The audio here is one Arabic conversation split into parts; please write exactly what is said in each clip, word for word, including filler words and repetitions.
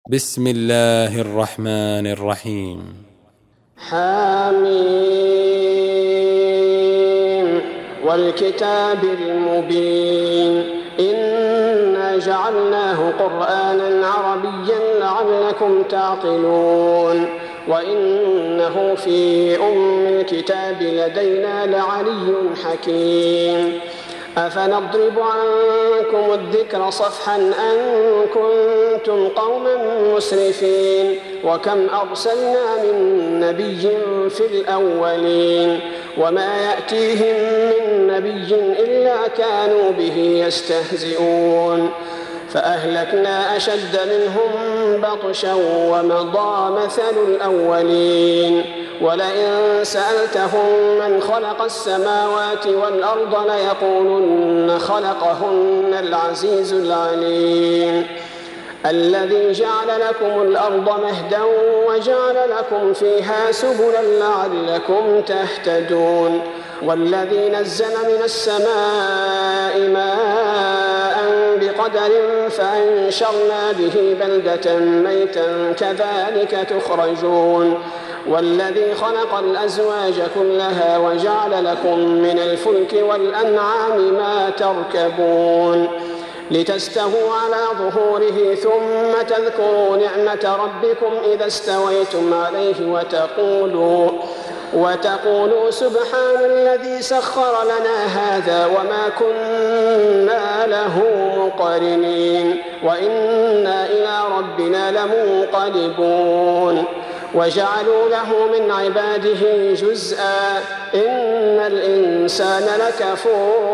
بسم الله الرحمن الرحيم. حميم والكتاب المبين إنا جعلناه قرآنا عربيا لعلكم تعقلون وإنه في أم الكتاب لدينا لعلي حكيم أفنضرب عنكم الذكر صفحا أن كنتم قوما مسرفين وكم أرسلنا من نبي في الأولين وما يأتيهم من نبي إلا كانوا به يستهزئون فأهلكنا أشد منهم بطشا ومضى مثل الأولين ولئن سألتهم من خلق السماوات والأرض ليقولن خلقهن العزيز العليم الذي جعل لكم الأرض مهدا وجعل لكم فيها سبلا لعلكم تهتدون والذي نزل من السماء ماء بقدر فأنشرنا به بلدة ميتا كذلك تخرجون والذي خلق الأزواج كلها وجعل لكم من الفلك والأنعام ما تركبون لتستووا على ظهوره ثم تذكروا نعمة ربكم إذا استويتم عليه وتقولوا وتقولوا سبحان الذي سخر لنا هذا وما كنا له مقرنين وإنا إلى ربنا لمنقلبون وجعلوا له من عباده جزءا إن الإنسان لكفور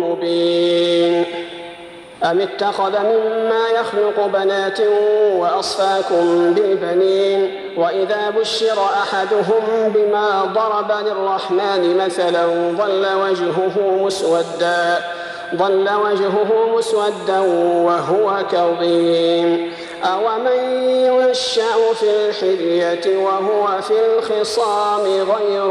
مبين أم اتخذ مما يخلق بنات وأصفاكم بالبنين وإذا بشر أحدهم بما ضرب للرحمن مثلا ظل وجهه مسودا ظل وجهه مسودا وهو كظيم أومن ينشأ في الحلية وهو في الخصام غير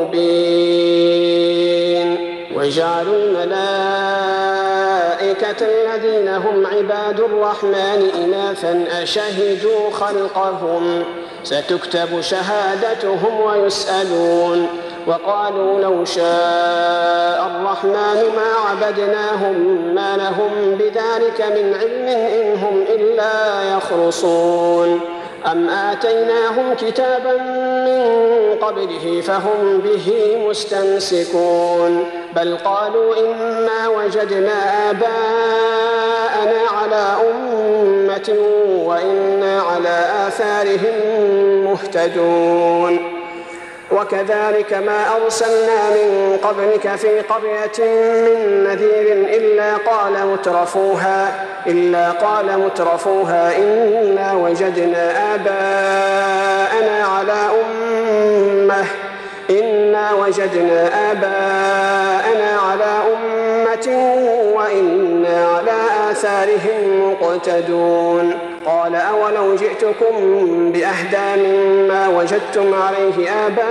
مبين وجعلوا الملائكة الذين هم عباد الرحمن إناثا أشهدوا خلقهم ستكتب شهادتهم ويسألون وقالوا لو شاء الرحمن ما عبدناهم ما لهم بذلك من علم إن هم إلا يخرصون أم آتيناهم كتابا من قبله فهم به مستمسكون بل قالوا إنا وجدنا آباءنا على أمة وإنا على آثارهم مهتدون وكذلك ما أرسلنا من قبلك في قرية من نذير إلا قال مترفوها إلا قال مترفوها إنا وجدنا آباءنا على أمة إنا وجدنا آباءنا على أمة وإنا على آثارهم مقتدون قال أولو جئتكم بأهدى مما وجدتم عليه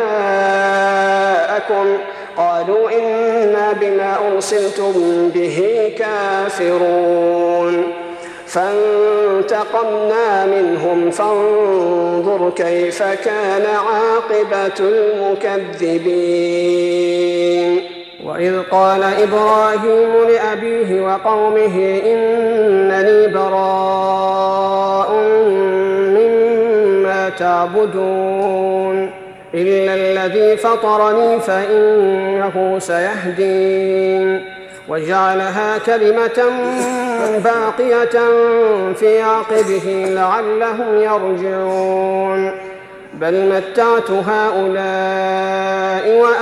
آباءكم قالوا إنا بما أرسلتم به كافرون فانتقمنا منهم فانظر كيف كان عاقبة المكذبين وإذ قال إبراهيم لأبيه وقومه إنني براء مما تعبدون إلا الذي فطرني فإنه سيهدين وجعلها كلمة باقية في عقبه لعلهم يرجعون بل متعت هؤلاء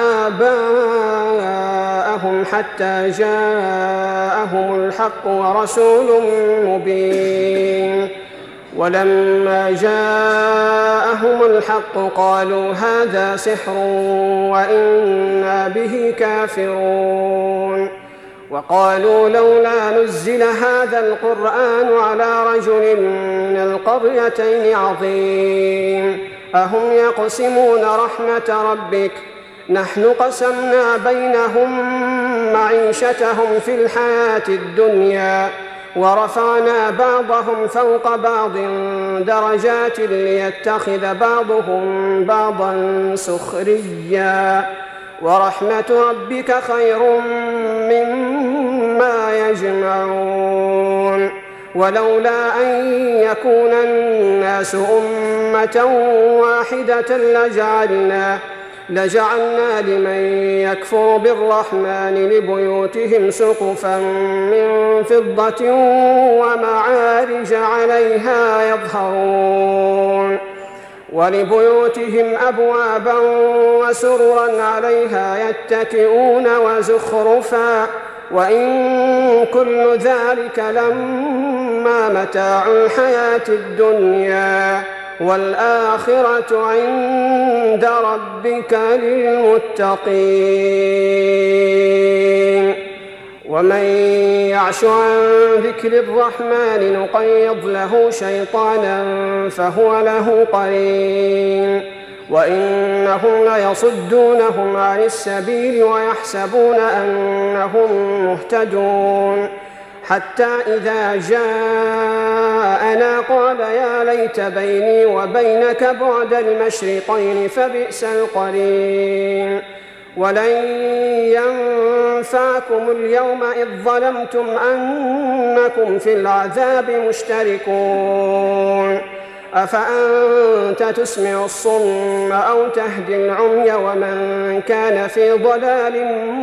وآباءهم حتى جاءهم الحق ورسول مبين ولما جاءهم الحق قالوا هذا سحر وإنا به كافرون وقالوا لولا نزل هذا القرآن على رجل من القريتين عظيم أهم يقسمون رحمة ربك نحن قسمنا بينهم معيشتهم في الحياة الدنيا ورفعنا بعضهم فوق بعض درجات ليتخذ بعضهم بعضا سخريا ورحمة ربك خير مما يجمعون ولولا أن يكون الناس أمة واحدة لجعلنا لجعلنا لمن يكفر بالرحمن لبيوتهم سقفا من فضة ومعارج عليها يظهرون ولبيوتهم أبوابا وسررا عليها يتكئون وزخرفا وإن كل ذلك لما متاع الحياة الدنيا والآخرة عند ربك للمتقين ومن يعش عن ذكر الرحمن نقيض له شيطانا فهو له قرين وإنهم ليصدونهم عن السبيل ويحسبون أنهم مهتدون حتى إذا جاءنا قال يا ليت بيني وبينك بعد المشرقين فبئس القرين ولن ينفعكم اليوم إذ ظلمتم أنكم في العذاب مشتركون أفأنت تسمع الصم أو تهدي العمي ومن كان في ضلال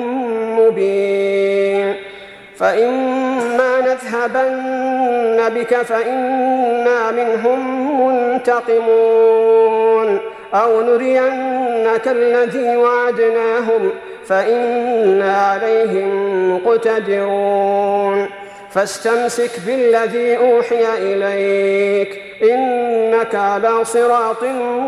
مبين فإما نذهبن بك فإنا منهم منتقمون أو نرينك الذي وعدناهم فإنا عليهم مقتدرون فاستمسك بالذي أوحي إليك إنك على صراط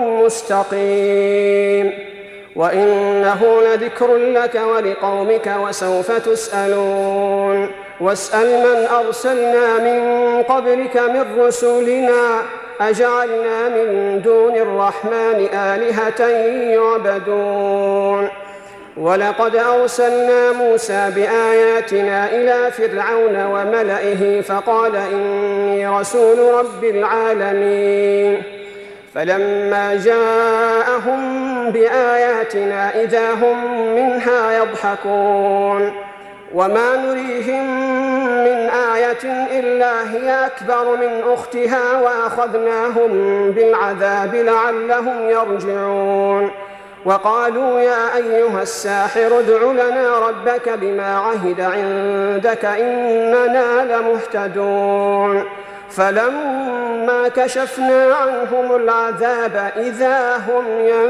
مستقيم وإنه لذكر لك ولقومك وسوف تسألون واسأل من أرسلنا من قبلك من رسلنا أجعلنا من دون الرحمن آلهة يعبدون ولقد أرسلنا موسى بآياتنا إلى فرعون وملئه فقال إني رسول رب العالمين فلما جاءهم بآياتنا إذا هم منها يضحكون وما نريهم من آية إلا هي أكبر من أختها وأخذناهم بالعذاب لعلهم يرجعون وقالوا يا أيها الساحر ادع لنا ربك بما عهد عندك إننا لمهتدون فلما كشفنا عنهم العذاب إذا هم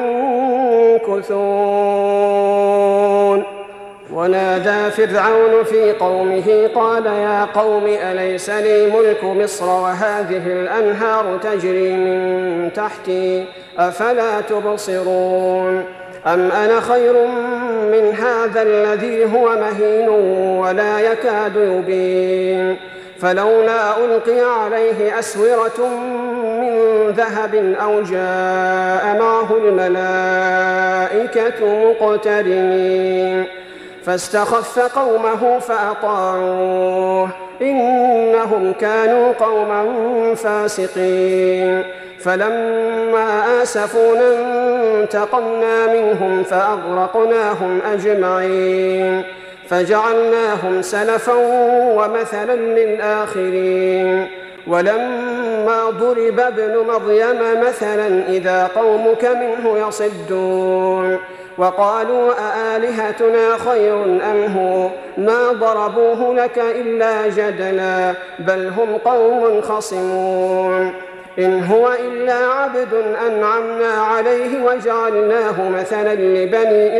ينكثون ونادى فرعون في قومه قال يا قوم أليس لي ملك مصر وهذه الأنهار تجري من تحتي أفلا تبصرون أم أنا خير من هذا الذي هو مهين ولا يكاد يبين فلولا ألقي عليه أسورة من ذهب أو جاء معه الملائكة مقترنين فاستخف قومه فأطاعوه إنهم كانوا قوما فاسقين فلما آسفونا انتقمنا منهم فأغرقناهم أجمعين فجعلناهم سلفا ومثلا للآخرين ولما ضرب ابن مريم مثلا إذا قومك منه يصدون وقالوا أآلهتنا خير أم هو ما ضربوه لك إلا جدلا بل هم قوم خصمون إن هو إلا عبد أنعمنا عليه وجعلناه مثلا لبني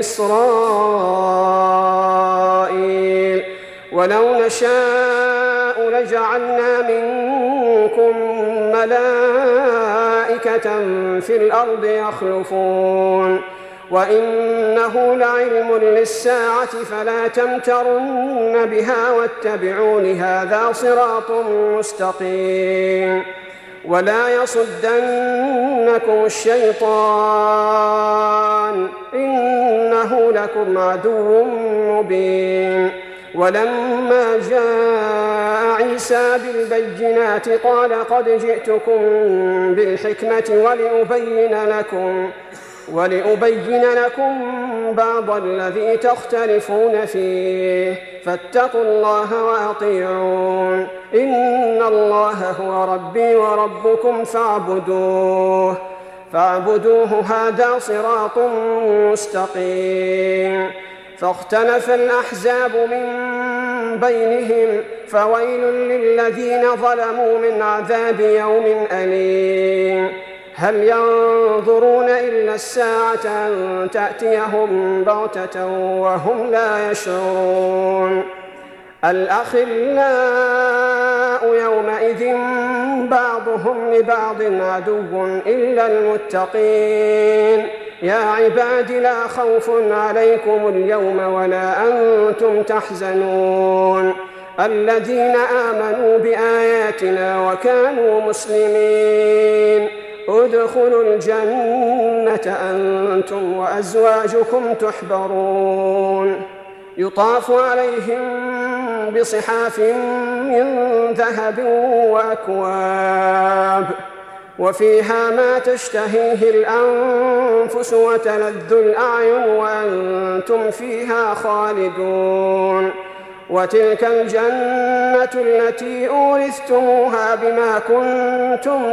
إسرائيل ولو نشاء لجعلنا منكم ملائكة في الأرض يخلفون وإنه لعلم للساعة فلا تمترن بها واتبعون هذا صراط مستقيم ولا يصدنكم الشيطان إنه لكم عدو مبين ولما جاء عيسى بالبينات قال قد جئتكم بالحكمة ولأبين لكم ولأبين لكم بعض الذي تختلفون فيه فاتقوا الله وأطيعون إن الله هو ربي وربكم فاعبدوه فاعبدوه هذا صراط مستقيم. فاختلف الأحزاب من بينهم فويل للذين ظلموا من عذاب يوم أليم. هل ينظرون إلا الساعة أن تأتيهم بغتة وهم لا يشعرون. الأخلاء يومئذ بعضهم لبعض عدو إلا المتقين. يا عباد لا خوف عليكم اليوم ولا أنتم تحزنون الذين آمنوا بآياتنا وكانوا مسلمين ادخلوا الجنة أنتم وأزواجكم تحبرون يطاف عليهم بصحاف من ذهب وأكواب وفيها ما تشتهيه الأنفس وتلذ الأعين وأنتم فيها خالدون. وتلك الجنة التي أورثتموها بما كنتم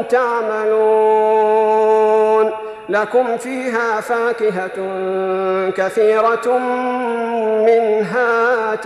تعملون لكم فيها فاكهة كثيرة منها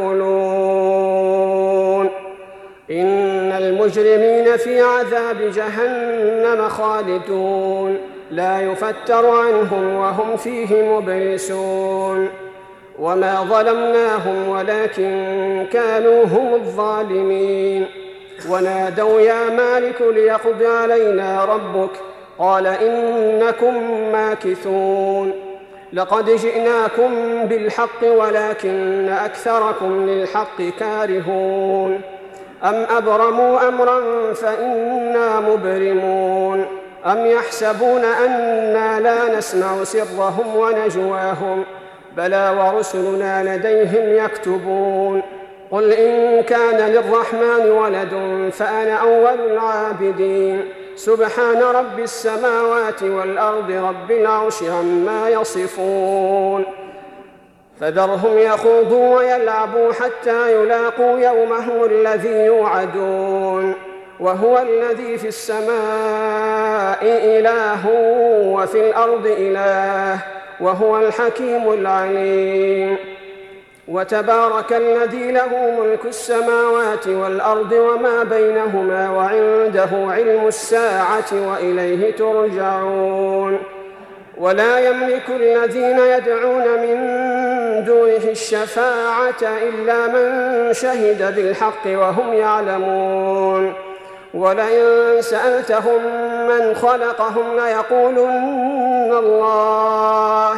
تأكلون. إن المجرمين في عذاب جهنم خالدون لا يفتر عنهم وهم فيه مبلسون. وما ظلمناهم ولكن كانوا هم الظالمين. ونادوا يا مالك ليقض علينا ربك قال إنكم ماكثون. لقد جئناكم بالحق ولكن أكثركم للحق كارهون. أم أبرموا أمرا فإنا مبرمون. أم يحسبون أنا لا نسمع سرهم ونجواهم بلى ورسلنا لديهم يكتبون. قل إن كان للرحمن ولد فأنا أول العابدين. سبحان رب السماوات والأرض رب العرش عما يصفون. فذرهم يخوضوا ويلعبوا حتى يلاقوا يومهم الذي يوعدون. وهو الذي في السماء إله وفي الأرض إله وهو الحكيم العليم. وتبارك الذي له ملك السماوات والأرض وما بينهما وعنده علم الساعة وإليه ترجعون. ولا يملك الذين يدعون من دونه الشفاعة إلا من شهد بالحق وهم يعلمون. ولئن سألتهم من خلقهم ليقولن الله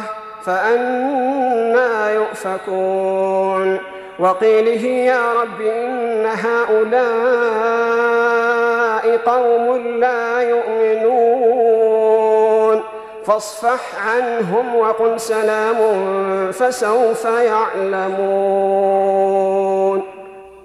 فأنى يؤفكون. وقيله يا رب إن هؤلاء قوم لا يؤمنون فاصفح عنهم وقل سلام فسوف يعلمون.